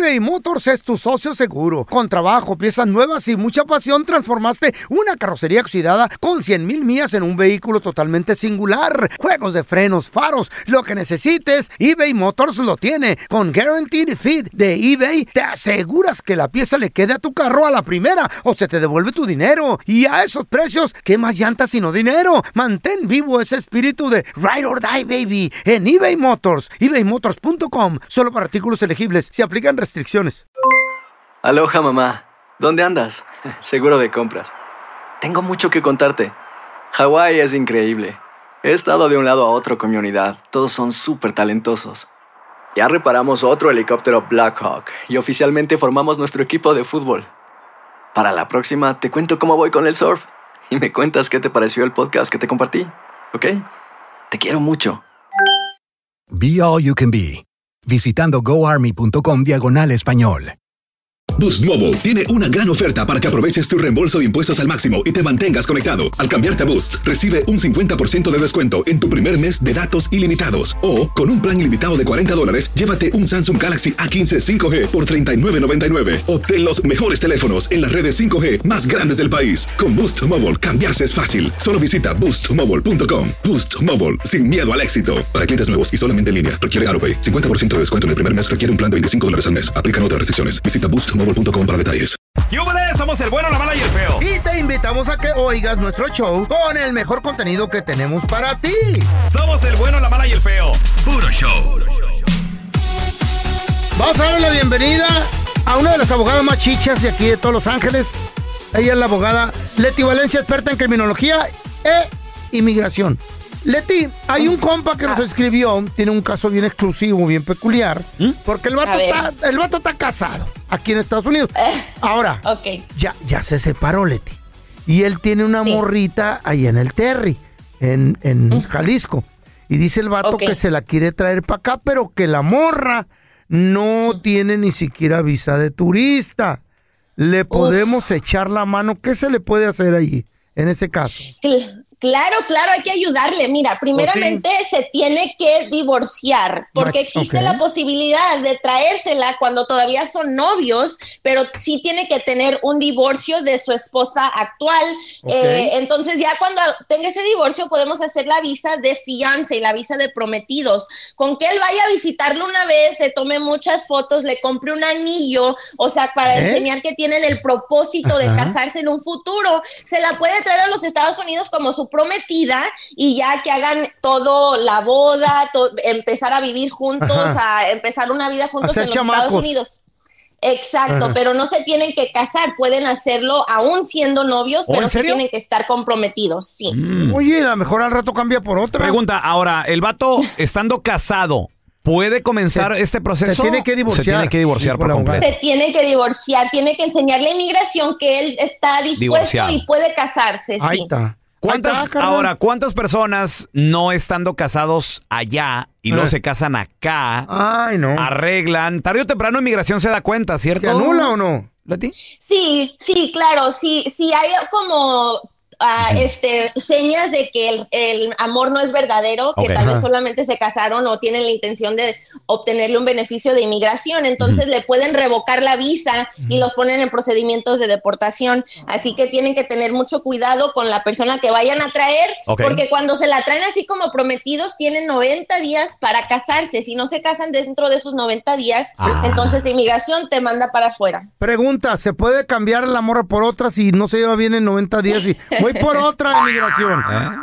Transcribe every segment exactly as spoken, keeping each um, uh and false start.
eBay Motors es tu socio seguro. Con trabajo, piezas nuevas y mucha pasión, transformaste una carrocería oxidada con cien mil millas en un vehículo totalmente singular. Juegos de frenos, faros, lo que necesites, eBay Motors lo tiene. Con Guaranteed Fit de eBay, te aseguras que la pieza le quede a tu carro a la primera o se te devuelve tu dinero. Y a esos precios, ¿qué más llantas sino dinero? Mantén vivo ese espíritu de Ride or Die, baby, en eBay Motors. ebay motors punto com. Solo para artículos elegibles. Se aplican restricciones. Aloha, mamá. ¿Dónde andas? Seguro de compras. Tengo mucho que contarte. Hawái es increíble. He estado de un lado a otro con mi unidad. Todos son súper talentosos. Ya reparamos otro helicóptero Blackhawk y oficialmente formamos nuestro equipo de fútbol. Para la próxima te cuento cómo voy con el surf y me cuentas qué te pareció el podcast que te compartí, ¿ok? Te quiero mucho. Be All You Can Be, visitando goarmy.com diagonal español. Boost Mobile tiene una gran oferta para que aproveches tu reembolso de impuestos al máximo y te mantengas conectado. Al cambiarte a Boost, recibe un cincuenta por ciento de descuento en tu primer mes de datos ilimitados. O, con un plan ilimitado de cuarenta dólares, llévate un Samsung Galaxy A quince cinco G por treinta y nueve noventa y nueve. Obtén los mejores teléfonos en las redes cinco G más grandes del país. Con Boost Mobile, cambiarse es fácil. Solo visita boost mobile punto com. Boost Mobile, sin miedo al éxito. Para clientes nuevos y solamente en línea, requiere AutoPay. cincuenta por ciento de descuento en el primer mes requiere un plan de veinticinco dólares al mes. Aplican otras restricciones. Visita boost mobile punto com para detalles. ¡Yúbales! Somos el bueno, la mala y el feo. Y te invitamos a que oigas nuestro show con el mejor contenido que tenemos para ti. Somos el bueno, la mala y el feo. Puro show. Vamos a darle la bienvenida a una de las abogadas más chichas de aquí de todos Los Ángeles. Ella es la abogada Leti Valencia, experta en criminología e inmigración. Leti, hay un compa que nos escribió, tiene un caso bien exclusivo, bien peculiar, ¿Mm? porque el vato, está, el vato está casado aquí en Estados Unidos. Ahora, okay. ya, ya se separó, Leti. Y él tiene una sí. morrita ahí en el Terry, en, en uh-huh. Jalisco. Y dice el vato okay. que se la quiere traer para acá, pero que la morra no uh-huh. tiene ni siquiera visa de turista. ¿Le podemos Uf. echar la mano? ¿Qué se le puede hacer ahí, en ese caso? Claro, claro, hay que ayudarle. Mira, primeramente oh, sí. se tiene que divorciar, porque existe okay. la posibilidad de traérsela cuando todavía son novios, pero sí tiene que tener un divorcio de su esposa actual. Okay. Eh, entonces ya cuando tenga ese divorcio podemos hacer la visa de fiance, la visa de prometidos. Con que él vaya a visitarlo una vez, se tome muchas fotos, le compre un anillo, o sea, para ¿Eh? enseñar que tienen el propósito Ajá. de casarse en un futuro, se la puede traer a los Estados Unidos como su prometida y ya que hagan todo, la boda, to- empezar a vivir juntos, Ajá. a empezar una vida juntos en los chamacos. Estados Unidos. Exacto, Ajá. pero no se tienen que casar, pueden hacerlo aún siendo novios, pero sí tienen que estar comprometidos, sí. Mm. Oye, a lo mejor al rato cambia por otra. Pregunta, ahora, el vato estando casado, ¿puede comenzar se, este proceso? Se tiene que divorciar. Se tiene que divorciar por completo. Se tiene que divorciar, tiene que enseñarle a inmigración que él está dispuesto Divorciado. y puede casarse, Ahí sí. está. ¿Cuántas, está, ahora, ¿cuántas personas no estando casados allá y no eh. se casan acá, Ay, no. arreglan? Tarde o temprano inmigración se da cuenta, ¿cierto? ¿Se anula o no? ¿Leti? Sí, sí, claro, sí, sí hay como... Uh, este, señas de que el, el amor no es verdadero, que okay. tal vez solamente se casaron o tienen la intención de obtenerle un beneficio de inmigración, entonces uh-huh. le pueden revocar la visa uh-huh. y los ponen en procedimientos de deportación, así que tienen que tener mucho cuidado con la persona que vayan a traer, okay. porque cuando se la traen así como prometidos, tienen noventa días para casarse, si no se casan dentro de esos noventa días, ah. entonces inmigración te manda para afuera. Pregunta, ¿se puede cambiar el amor por otra si no se lleva bien en noventa días y voy por otra inmigración?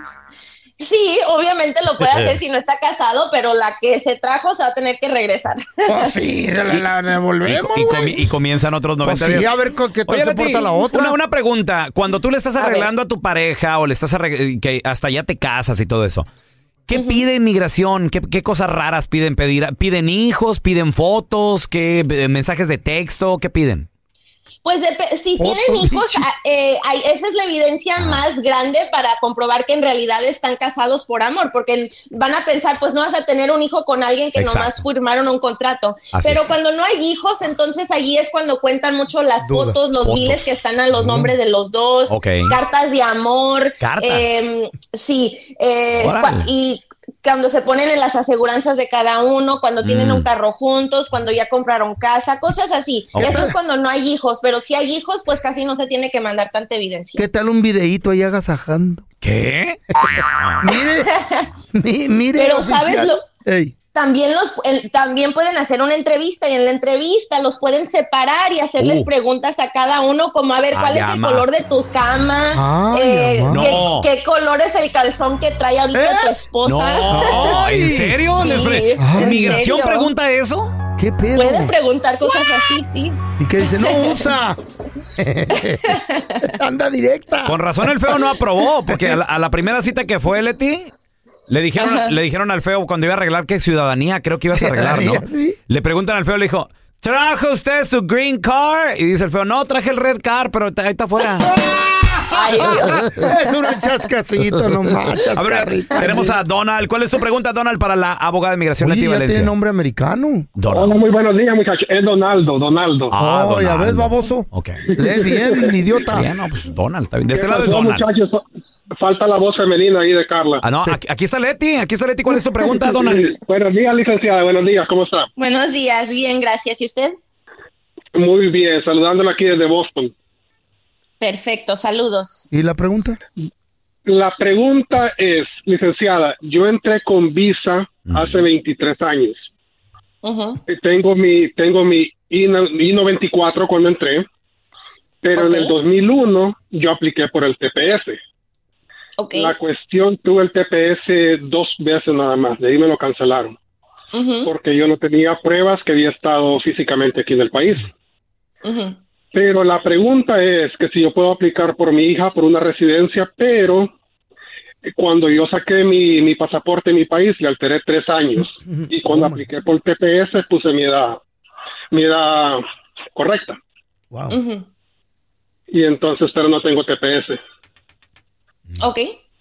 ¿Eh? Sí, obviamente lo puede hacer si no está casado, pero la que se trajo se va a tener que regresar. Oh, sí, la, la devolvemos. Y, y, comi- y comienzan otros noventa pues sí, días. A ver qué tal Oye, se porta la otra. Una, una pregunta. Cuando tú le estás arreglando a, a tu pareja o le estás arreglando, que hasta ya te casas y todo eso, ¿qué uh-huh. pide inmigración? ¿Qué, ¿Qué cosas raras piden pedir? ¿Piden hijos? ¿Piden fotos? ¿Qué mensajes de texto? ¿Qué piden? Pues de, si tienen hijos, eh, hay, esa es la evidencia ah. más grande para comprobar que en realidad están casados por amor, porque van a pensar, pues no vas a tener un hijo con alguien que Exacto. nomás firmaron un contrato. Así Pero es. Cuando no hay hijos, entonces allí es cuando cuentan mucho las Duda. fotos, los fotos. biles que están a los nombres de los dos, okay. cartas de amor. ¿Cartas? Eh, sí, eh, y cuando se ponen en las aseguranzas de cada uno, cuando tienen Mm. un carro juntos, cuando ya compraron casa, cosas así. Okay. Eso es cuando no hay hijos, pero si hay hijos, pues casi no se tiene que mandar tanta evidencia. ¿Qué tal un videíto ahí agasajando? ¿Qué? Mire, mi- mire. Pero oficial. ¿sabes lo? Ey. También los el- también pueden hacer una entrevista y en la entrevista los pueden separar y hacerles Uh. preguntas a cada uno como a ver cuál Ay, es ama. el color de tu cama, Ay, eh, ama. qué, No. qué color es el calzón que trae ahorita ¿Eh? tu esposa. No, Ay. ¿en serio? Sí, Les pre- ¿en ¿Migración serio? pregunta eso? ¿Qué pedo? Pueden preguntar cosas así, sí. Y que dice, no usa. Anda directa. Con razón el feo no aprobó, porque a la, a la primera cita que fue, Leti, le dijeron, le dijeron al feo cuando iba a arreglar qué ciudadanía, creo que ibas a arreglar, ¿no? Ciudadanía, sí. Le preguntan al feo, le dijo, ¿trajo usted su green car? Y dice el feo, no, traje el red car, pero ahí está afuera. Ay, Dios. Es un chascacito nomás, A ver, chascarrito. tenemos a Donald. ¿Cuál es tu pregunta, Donald, para la abogada de migración, Oye, Leti ya Valencia? tiene nombre americano. Donald. Hola, muy buenos días, muchachos. Es Donaldo, Donaldo. Ah, Oh, ya Donaldo. ves, baboso. Ok. Lee bien, idiota. Bien, no, pues Donald, está bien. De ¿Qué este lado es pasó, Donald. muchachos? Falta la voz femenina ahí de Carla. Ah, no, aquí, aquí está Leti, aquí está Leti. ¿Cuál es tu pregunta, Donald? Sí. Buenos días, licenciada. Buenos días, ¿cómo está? Buenos días, bien, gracias. ¿Y usted? Muy bien, saludándola aquí desde Boston. Perfecto, saludos. ¿Y la pregunta? La pregunta es, licenciada, yo entré con visa hace veintitrés años. Ujú. Tengo mi tengo mi I noventa y cuatro cuando entré, pero Ok. en el dos mil uno yo apliqué por el T P S. Ok. La cuestión, tuve el T P S dos veces nada más, de ahí me lo cancelaron, Ujú, porque yo no tenía pruebas que había estado físicamente aquí en el país. ujú. Pero la pregunta es que si yo puedo aplicar por mi hija por una residencia, pero cuando yo saqué mi, mi pasaporte en mi país le alteré tres años y cuando Oh, my- apliqué por T P S puse mi edad, mi edad correcta Wow. Ujú. y entonces pero no tengo T P S. Ok,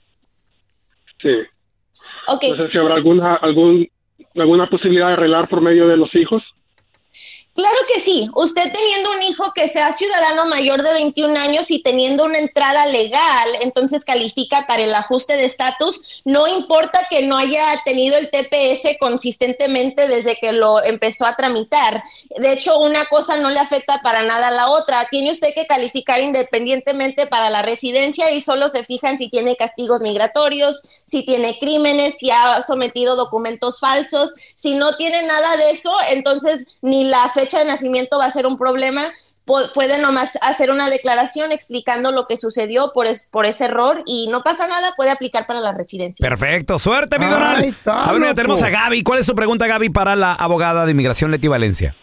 Sí. ok. No sé si habrá alguna algún alguna posibilidad de arreglar por medio de los hijos. Claro que sí. Usted teniendo un hijo que sea ciudadano mayor de veintiún años y teniendo una entrada legal, entonces califica para el ajuste de estatus. No importa que no haya tenido el T P S consistentemente desde que lo empezó a tramitar. De hecho, una cosa no le afecta para nada a la otra. Tiene usted que calificar independientemente para la residencia y solo se fijan si tiene castigos migratorios, si tiene crímenes, si ha sometido documentos falsos. Si no tiene nada de eso, entonces ni la fecha de nacimiento va a ser un problema. Pu- puede nomás hacer una declaración explicando lo que sucedió por, es- por ese error y no pasa nada, puede aplicar para la residencia. Perfecto, suerte, mi Ay, Donald. está A ver, mira, loco. tenemos a Gaby. ¿Cuál es tu pregunta, Gaby, para la abogada de inmigración, Leti Valencia?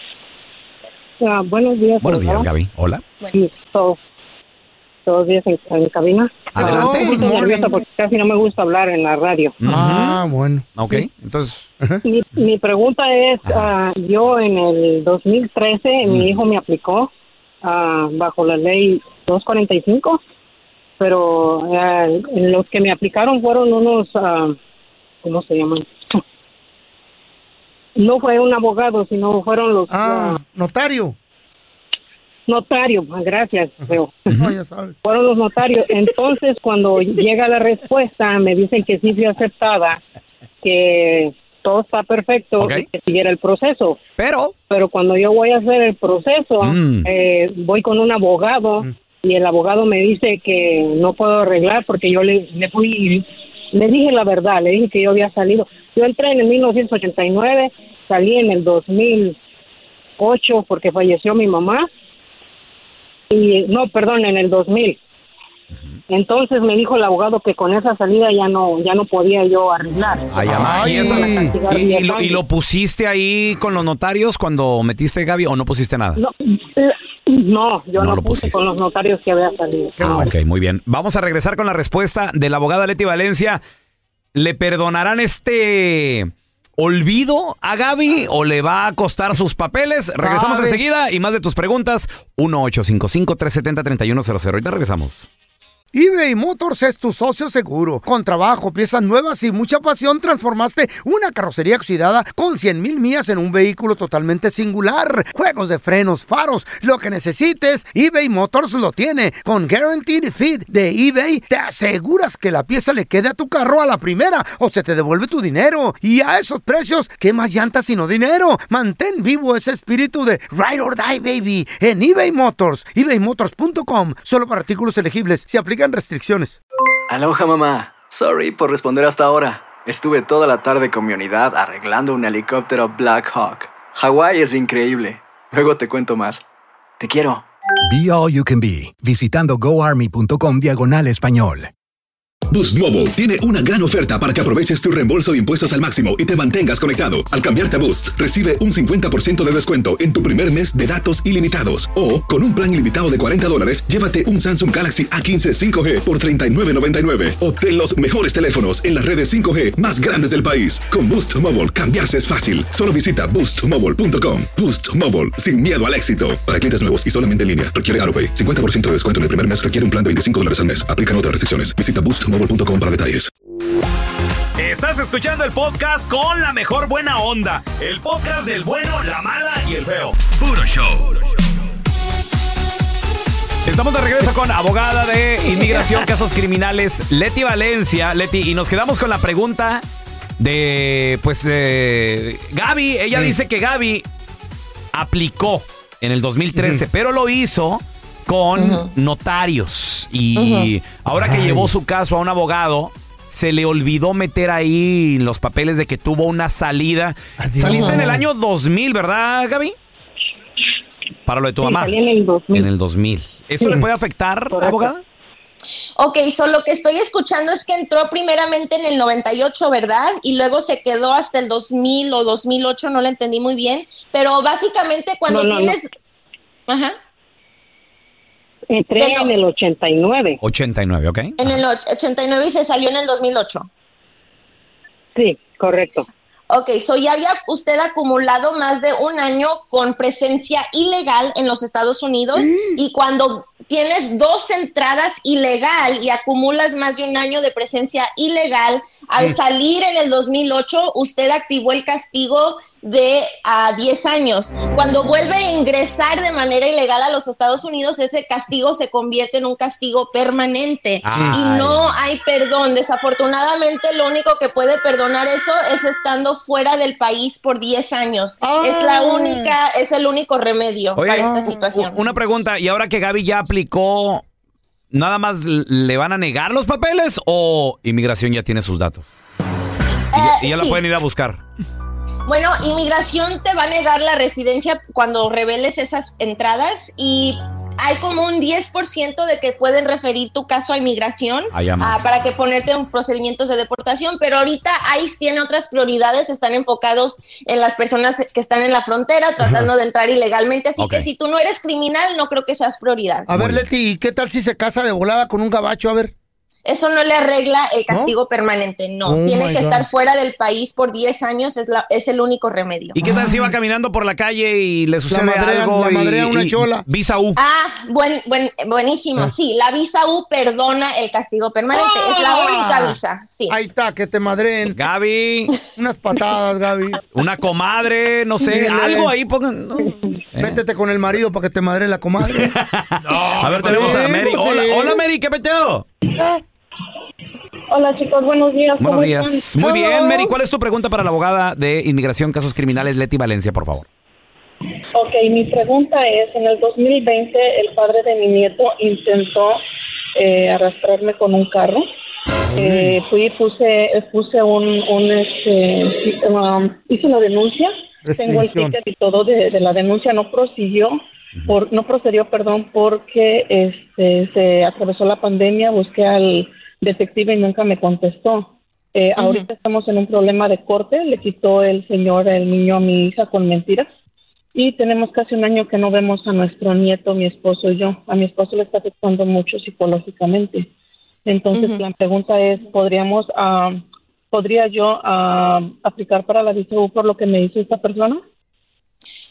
Ah, buenos días. Buenos días, abogado. Gaby. Hola. Sí, todos, todos días en, en cabina. Adelante. Estoy un good poquito morning. nerviosa porque casi no me gusta hablar en la radio. Ah, bueno. Ok, entonces, Mi, mi pregunta es, ah, yo en el dos mil trece, mi hijo me aplicó ah, bajo la ley doscientos cuarenta y cinco, pero ah, los que me aplicaron fueron unos, ah, ¿cómo se llaman? No fue un abogado, sino fueron los Ah, ah, notario. notarios. Gracias, Leo. No, ya sabes. Fueron los notarios. Entonces, cuando llega la respuesta, me dicen que sí fui aceptada, que todo está perfecto, Ok. y que siguiera el proceso. pero, Pero cuando yo voy a hacer el proceso, Mm. eh, voy con un abogado y el abogado me dice que no puedo arreglar porque yo le, le fui, le dije la verdad, le dije que yo había salido. Yo entré en el mil novecientos ochenta y nueve, salí en el dos mil ocho porque falleció mi mamá. Y no, perdón, en el dos mil. Entonces me dijo el abogado que con esa salida ya no ya no podía yo arreglar. ay, ama, Ay. ¿y, eso- Castigar y- y diez lo, y años. lo pusiste ahí con los notarios cuando metiste, Gaby, o no pusiste nada? No, eh, no, yo No no, lo puse pusiste. con los notarios que había salido. Qué Ah, bueno. ok, muy bien. Vamos a regresar con la respuesta de la abogada Leti Valencia. ¿Le perdonarán este olvido a Gaby o le va a costar sus papeles? Regresamos Sabe. enseguida y más de tus preguntas. uno ocho cinco cinco, tres siete cero, tres uno cero cero. Ahorita regresamos. eBay Motors es tu socio seguro. Con trabajo, piezas nuevas y mucha pasión, transformaste una carrocería oxidada con cien mil millas en un vehículo totalmente singular. Juegos de frenos, faros, lo que necesites, eBay Motors lo tiene. Con Guaranteed Fit de eBay, te aseguras que la pieza le quede a tu carro a la primera o se te devuelve tu dinero. Y a esos precios, ¿qué más llantas sino dinero? Mantén vivo ese espíritu de Ride or Die, baby, en eBay Motors. ebay motors punto com. Solo para artículos elegibles. Se aplican restricciones. Aloha, mamá. Sorry por responder hasta ahora. Estuve toda la tarde con mi unidad arreglando un helicóptero Black Hawk. Hawái es increíble. Luego te cuento más. Te quiero. Be All You Can Be, visitando goarmy.com diagonal español. Boost Mobile tiene una gran oferta para que aproveches tu reembolso de impuestos al máximo y te mantengas conectado. Al cambiarte a Boost, recibe un cincuenta por ciento de descuento en tu primer mes de datos ilimitados. O, con un plan ilimitado de cuarenta dólares, llévate un Samsung Galaxy A quince cinco G por treinta y nueve noventa y nueve. Obtén los mejores teléfonos en las redes cinco G más grandes del país. Con Boost Mobile, cambiarse es fácil. Solo visita boost mobile punto com. Boost Mobile, sin miedo al éxito. Para clientes nuevos y solamente en línea, requiere AutoPay. cincuenta por ciento de descuento en el primer mes requiere un plan de veinticinco dólares al mes. Aplican otras restricciones. Visita boost mobile punto com para detalles. Estás escuchando el podcast con la mejor buena onda. El podcast del bueno, la mala y el feo. Puro show. Estamos de regreso con abogada de inmigración, casos criminales, Leti Valencia. Leti, y nos quedamos con la pregunta de, pues, eh, Gaby. Ella mm. dice que Gaby aplicó en el dos mil trece, mm. pero lo hizo con uh-huh. notarios. Y uh-huh. ahora que Ay. llevó su caso a un abogado, se le olvidó meter ahí los papeles de que tuvo una salida. Adiós. Saliste en el año dos mil, ¿verdad, Gaby? Para lo de tu sí, mamá. Salí en el dos mil. En el dos mil. ¿Esto sí. le puede afectar, Correcto. abogada? Ok, so lo que estoy escuchando es que entró primeramente en el noventa y ocho, ¿verdad? Y luego se quedó hasta el dos mil o dos mil ocho, no lo entendí muy bien. Pero básicamente cuando no, no, tienes... No. Ajá. Entré en el ochenta y nueve. ochenta y nueve, ¿ok? En el ochenta y nueve y se salió en el dos mil ocho. Sí, correcto. Ok, so ya había usted acumulado más de un año con presencia ilegal en los Estados Unidos mm. y cuando tienes dos entradas ilegal y acumulas más de un año de presencia ilegal, al mm. salir en el dos mil ocho, usted activó el castigo de a uh, diez años. Cuando vuelve a ingresar de manera ilegal a los Estados Unidos, ese castigo se convierte en un castigo permanente. Ay. Y no hay perdón. Desafortunadamente, lo único que puede perdonar eso es estando fuera del país por diez años. Ay. Es la única, es el único remedio Oye, para esta situación. Una pregunta, y ahora que Gaby ya aplicó, ¿nada más le van a negar los papeles o inmigración ya tiene sus datos? Y, eh, y ya sí. la pueden ir a buscar. Bueno, inmigración te va a negar la residencia cuando reveles esas entradas y hay como un diez por ciento de que pueden referir tu caso a inmigración uh, para que ponerte en procedimientos de deportación, pero ahorita ICE tiene otras prioridades, están enfocados en las personas que están en la frontera tratando uh-huh. de entrar ilegalmente, así okay. que si tú no eres criminal, no creo que seas prioridad. A ver, Leti, ¿qué tal si se casa de volada con un gabacho? A ver. Eso no le arregla el castigo ¿No? permanente, no. Oh Tiene que God. estar fuera del país por diez años, es, la, es el único remedio. ¿Y qué tal si va caminando por la calle y le sucede la madrea, algo? La madrea y, una y, chola. Visa U. Ah, buen, buen, buenísimo, ah. sí. La visa U perdona el castigo permanente, ah. es la única visa, sí. Ahí está, que te madreen. Gaby. Unas patadas, Gaby. Una comadre, no sé, Dile. algo ahí. Pongan, no. Métete con el marido para que te madre la comadre. no, a ver, tenemos a Mary. Hola, hola Mary, ¿qué peteo? ¿Eh? Hola chicos, buenos días. Buenos días. Están? Muy Hello. bien, Mary. ¿Cuál es tu pregunta para la abogada de inmigración, casos criminales, Leti Valencia, por favor? Ok, mi pregunta es, en el dos mil veinte el padre de mi nieto intentó eh, arrastrarme con un carro. Eh, fui y puse, puse un, un este, um, hice una denuncia. Tengo el ticket y todo de, de la denuncia, no prosiguió. Por, no procedió, perdón, porque este, se atravesó la pandemia, busqué al detective y nunca me contestó. Eh, uh-huh. Ahorita estamos en un problema de corte, le quitó el señor el niño a mi hija con mentiras y tenemos casi un año que no vemos a nuestro nieto, mi esposo y yo. A mi esposo le está afectando mucho psicológicamente. Entonces uh-huh. la pregunta es, ¿podríamos, uh, ¿podría yo uh, aplicar para la visa U por lo que me hizo esta persona?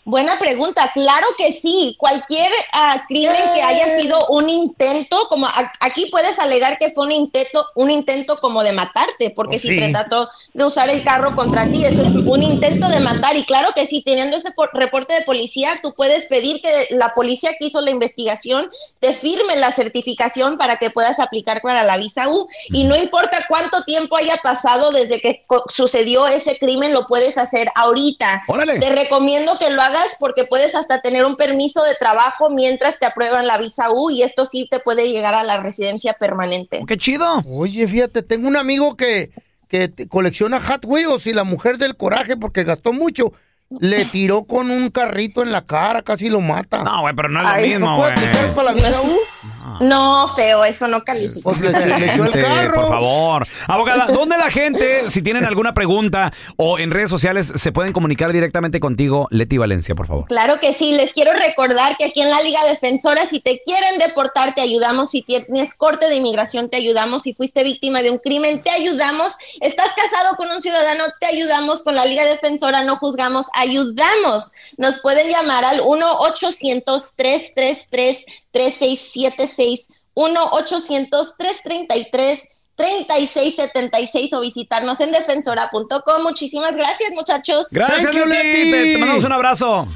Buena pregunta, claro que sí. Cualquier uh, crimen que haya sido un intento, como a, aquí puedes alegar que fue un intento, un intento como de matarte, porque oh, si sí. te trató de usar el carro contra ti, eso es un intento de matar. Y claro que sí, teniendo ese por, reporte de policía, tú puedes pedir que la policía que hizo la investigación te firme la certificación para que puedas aplicar para la visa U. Y no importa cuánto tiempo haya pasado desde que co- sucedió ese crimen, lo puedes hacer ahorita. ¡Órale! Te recomiendo que lo hagas porque puedes hasta tener un permiso de trabajo mientras te aprueban la visa U y esto sí te puede llegar a la residencia permanente. ¡Qué chido! Oye, fíjate, tengo un amigo que, que colecciona Hot Wheels y la mujer del coraje porque gastó mucho. Le tiró con un carrito en la cara, casi lo mata. No, güey, pero no es lo Ay, mismo, ¿No güey. puede aplicar para la visa U? No, feo, eso no califica. Pues le, le echó el carro. Por favor. Abogada, ¿dónde la gente, si tienen alguna pregunta o en redes sociales, se pueden comunicar directamente contigo, Leti Valencia, por favor? Claro que sí, les quiero recordar que aquí en la Liga Defensora, si te quieren deportar, te ayudamos. Si tienes corte de inmigración, te ayudamos. Si fuiste víctima de un crimen, te ayudamos. Estás casado con un ciudadano, te ayudamos. Con la Liga Defensora no juzgamos, ayudamos. Nos pueden llamar al uno ochocientos, tres tres tres, tres seis siete seis, uno ochocientos, tres tres tres, tres seis siete seis o visitarnos en defensora punto com. Muchísimas gracias, muchachos. Gracias, you, Leti. Te, te mandamos un abrazo.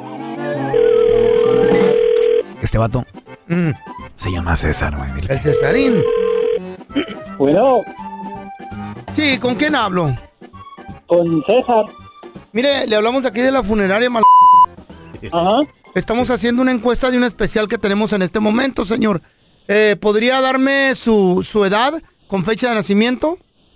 Este vato mm. se llama César, güey. El Cesarín. Bueno. Sí, ¿con quién hablo? Con César. Mire, le hablamos aquí de la funeraria mal... Ajá. Estamos haciendo una encuesta de un especial que tenemos en este momento, señor. Eh, ¿Podría darme su, su edad con fecha de nacimiento?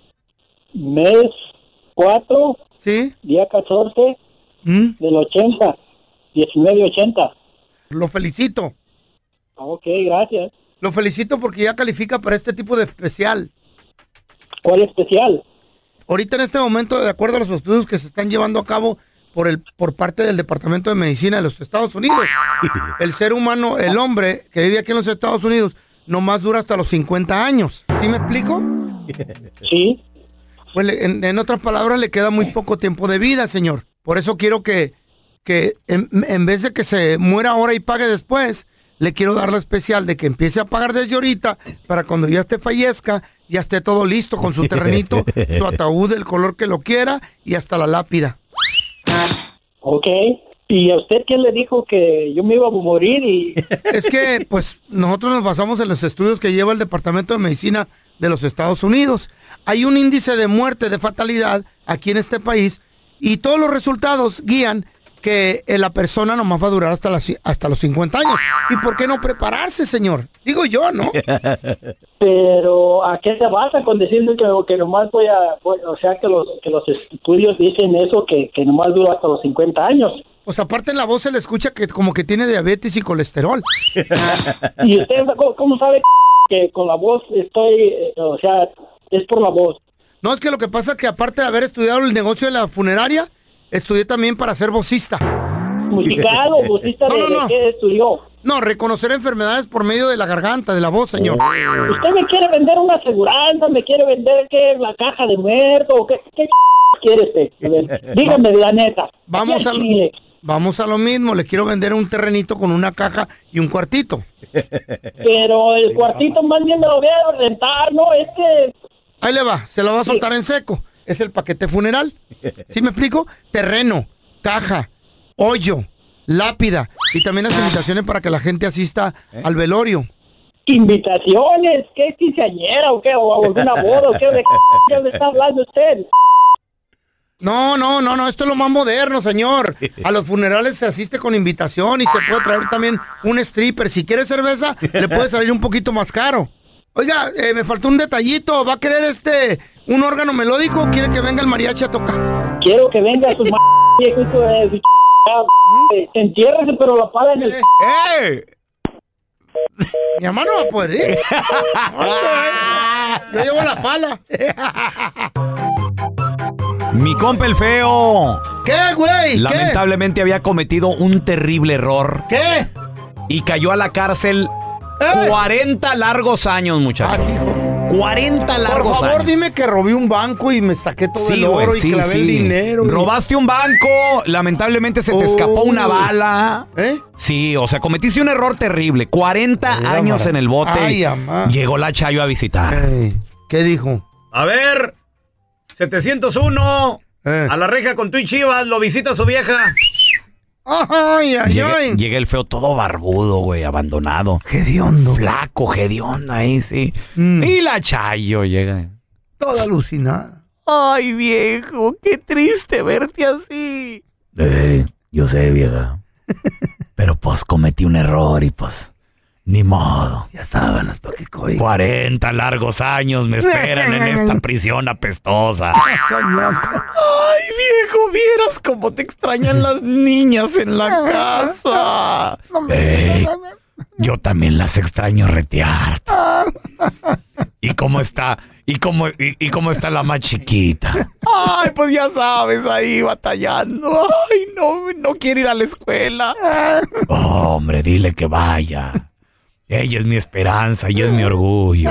Mes cuatro. Sí. Día catorce. ¿Mm? Del ochenta. diecinueve ochenta. Lo felicito. Ok, gracias. Lo felicito porque ya califica para este tipo de especial. ¿Cuál especial? Ahorita en este momento, de acuerdo a los estudios que se están llevando a cabo por el por parte del Departamento de Medicina de los Estados Unidos, el ser humano, el hombre que vive aquí en los Estados Unidos, nomás dura hasta los cincuenta años. ¿Sí me explico? Sí. Pues en, en otras palabras, le queda muy poco tiempo de vida, señor. Por eso quiero que, que en, en vez de que se muera ahora y pague después, le quiero dar la especial de que empiece a pagar desde ahorita para cuando ya esté fallezca, ya esté todo listo con su terrenito, su ataúd, el color que lo quiera y hasta la lápida. Ok. ¿Y a usted quién le dijo que yo me iba a morir? Y es que, pues, nosotros nos basamos en los estudios que lleva el Departamento de Medicina de los Estados Unidos. Hay un índice de muerte, de fatalidad aquí en este país y todos los resultados guían que la persona nomás va a durar hasta, las, hasta los cincuenta años. ¿Y por qué no prepararse, señor? Digo yo, ¿no? Pero ¿a qué se basa con decirle que, que nomás voy a... O sea, que los, que los estudios dicen eso, que, que nomás dura hasta los cincuenta años? Pues aparte en la voz se le escucha que como que tiene diabetes y colesterol. ¿Y usted cómo, cómo sabe que con la voz estoy... O sea, es por la voz? No, es que lo que pasa es que aparte de haber estudiado el negocio de la funeraria, estudié también para ser vocista. ¿Musical o vocista? No, de, no, no. ¿De qué estudió? No, reconocer enfermedades por medio de la garganta, de la voz, señor. ¿Usted me quiere vender una aseguranza? ¿Me quiere vender qué? ¿La caja de muerto? ¿Qué, qué quiere usted? A ver, dígame la neta. Vamos a, lo, vamos a lo mismo. Le quiero vender un terrenito con una caja y un cuartito. Pero el cuartito más bien me lo voy a rentar, ¿no? Es que... Ahí le va, se lo va a soltar sí. en seco. Es el paquete funeral. ¿Sí me explico? Terreno, caja, hoyo, lápida y también las invitaciones para que la gente asista ¿Eh? al velorio. ¿Invitaciones? ¿Qué quinceañera o qué? ¿O alguna boda? ¿O qué? ¿De qué le está hablando usted? No, no, no, no, esto es lo más moderno, señor. A los funerales se asiste con invitación y se puede traer también un stripper. Si quiere cerveza, le puede salir un poquito más caro. Oiga, eh, me faltó un detallito. ¿Va a querer este un órgano melódico o quiere que venga el mariachi a tocar? Quiero que venga su m***, viejito de su ch... Entiérrese, pero la pala en el... ¡Eh! Mi hermano va a poder ir. Yo llevo la pala. Mi compa el feo. ¿Qué, güey? Lamentablemente ¿Qué? había cometido un terrible error. ¿Qué? Y cayó a la cárcel ¿Eh? cuarenta largos años, muchachos. cuarenta largos Por favor, años. dime que robé un banco y me saqué todo Sí, el oro güey, y sí, clavé sí. el dinero. y- Robaste un banco, lamentablemente se te escapó Oh. una bala. ¿Eh? Sí, o sea, cometiste un error terrible. cuarenta Mira, años Mara. en el bote. Ay, amá. Llegó la Chayo a visitar. Ey, ¿qué dijo? A ver, setecientos uno. Eh. A la reja con tu y Chivas, lo visita su vieja. Ay, ay, Llega, ay. llega el feo todo barbudo, güey, abandonado. Hediondo. Flaco, hediondo ahí, sí. Mm. Y la Chayo llega. Toda alucinada. Ay, viejo, qué triste verte así. Eh, yo sé, vieja. Pero pues cometí un error y pues ni modo. Ya sábanas pa' que coiga. cuarenta largos años me esperan en esta prisión apestosa. Ay, viejo, vieras cómo te extrañan las niñas en la casa. Ey, yo también las extraño retear. ¿Y cómo está? ¿Y cómo, y, y cómo está la más chiquita? Ay, pues ya sabes, ahí batallando. Ay, no, no quiere ir a la escuela. Oh, hombre, dile que vaya. Ella es mi esperanza y es mi orgullo.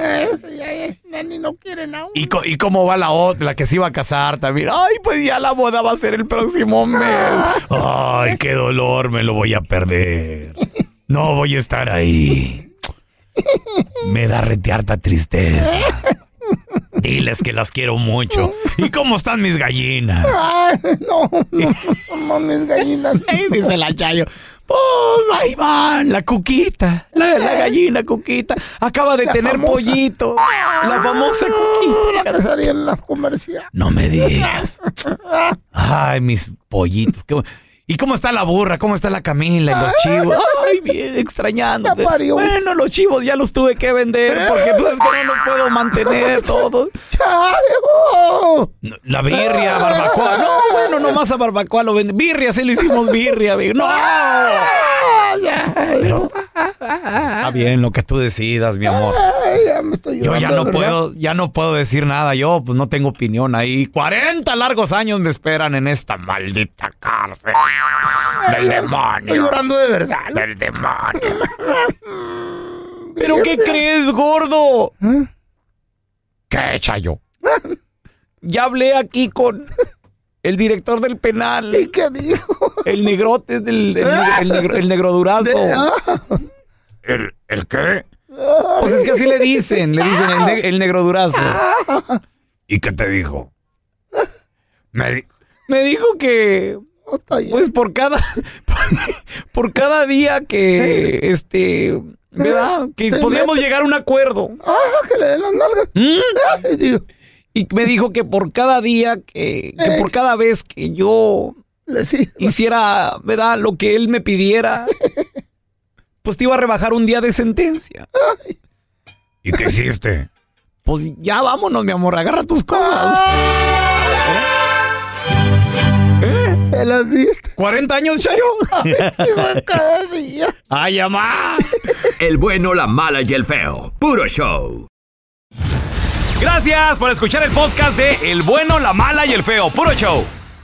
Nani no quiere nada. ¿Y, co- ¿Y cómo va la otra, la que se iba a casar también? Ay, pues ya la boda va a ser el próximo mes. Ay, qué dolor, me lo voy a perder. No voy a estar ahí. Me da retearta tristeza. Diles que las quiero mucho. ¿Y cómo están mis gallinas? Ay, no, no, no mames, gallinas. Dice la Chayo. Pues ahí van, la Cuquita, la, la gallina Cuquita. Acaba de La tener famosa. pollito. La famosa La Cuquita. que salía en la comercial. No me digas. Ay, mis pollitos. Qué bu- ¿Y cómo está la burra? ¿Cómo está la Camila y los chivos? Ay, bien, extrañándote. Ya parió. Bueno, los chivos ya los tuve que vender porque pues es que no los puedo mantener todos. ¡Chayo! No, la birria, barbacoa. No, bueno, nomás a barbacoa lo venden. Birria, sí lo hicimos birria. bi- No. Pero está bien lo que tú decidas, mi amor. Ay, ya me estoy Yo llorando, ya no ¿verdad? puedo, ya no puedo decir nada. Yo pues no tengo opinión ahí. cuarenta largos años me esperan en esta maldita cárcel. Del demonio. Estoy llorando de verdad. Del demonio. ¿Pero qué crees, gordo? ¿Qué, Chayo? Ya hablé aquí con el director del penal. ¿Y qué dijo? El negrote del el, negro, el, negro, el negro durazo. De- ah. ¿El, ¿El qué? Pues es que así le dicen, le dicen el, ne- el negro durazo. ¿Y qué te dijo? Me, di- me dijo que pues por cada por cada día que este ¿verdad? Que Se podríamos mete. llegar a un acuerdo. Ah, que le den las nalgas. ¿Mm? Ay, digo, Y me dijo que por cada día que, que por cada vez que yo le sí. hiciera, ¿verdad? Lo que él me pidiera, pues te iba a rebajar un día de sentencia. ¿Y qué hiciste? Pues ya vámonos, mi amor, agarra tus cosas. ¿Eh? Te las diste. ¿cuarenta años, Chayo? Ay, cada día. ¡Ay, mamá! El bueno, la mala y el feo. Puro show. Gracias por escuchar el podcast de El Bueno, la Mala y el Feo. Puro show.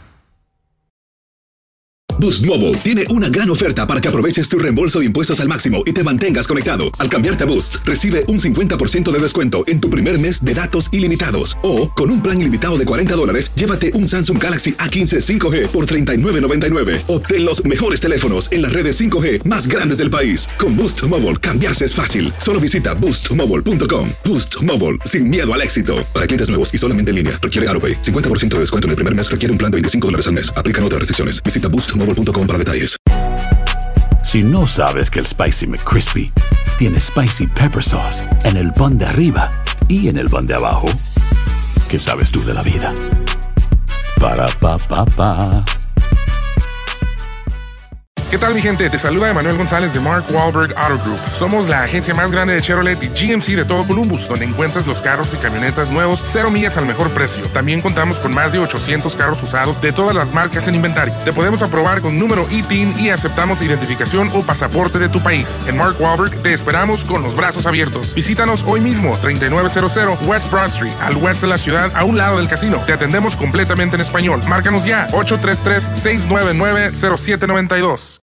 Boost Mobile tiene una gran oferta para que aproveches tu reembolso de impuestos al máximo y te mantengas conectado. Al cambiarte a Boost, recibe un cincuenta por ciento de descuento en tu primer mes de datos ilimitados. O, con un plan ilimitado de cuarenta dólares, llévate un Samsung Galaxy A quince cinco G por treinta y nueve noventa y nueve. Obtén los mejores teléfonos en las redes cinco G más grandes del país. Con Boost Mobile, cambiarse es fácil. Solo visita boost mobile punto com. Boost Mobile, sin miedo al éxito. Para clientes nuevos y solamente en línea, requiere AutoPay. cincuenta por ciento de descuento en el primer mes requiere un plan de veinticinco dólares al mes. Aplican otras restricciones. Visita boost mobile punto com para detalles. Si no sabes que el Spicy McCrispy tiene Spicy Pepper Sauce en el pan de arriba y en el pan de abajo, ¿qué sabes tú de la vida? Para, pa, pa, pa. ¿Qué tal, mi gente? Te saluda Emanuel González de Mark Wahlberg Auto Group. Somos la agencia más grande de Chevrolet y G M C de todo Columbus, donde encuentras los carros y camionetas nuevos, cero millas al mejor precio. También contamos con más de ochocientos carros usados de todas las marcas en inventario. Te podemos aprobar con número I T I N y aceptamos identificación o pasaporte de tu país. En Mark Wahlberg te esperamos con los brazos abiertos. Visítanos hoy mismo, treinta y nueve cero cero West Broad Street, al oeste de la ciudad, a un lado del casino. Te atendemos completamente en español. Márcanos ya, ocho tres tres, seis nueve nueve, cero siete nueve dos.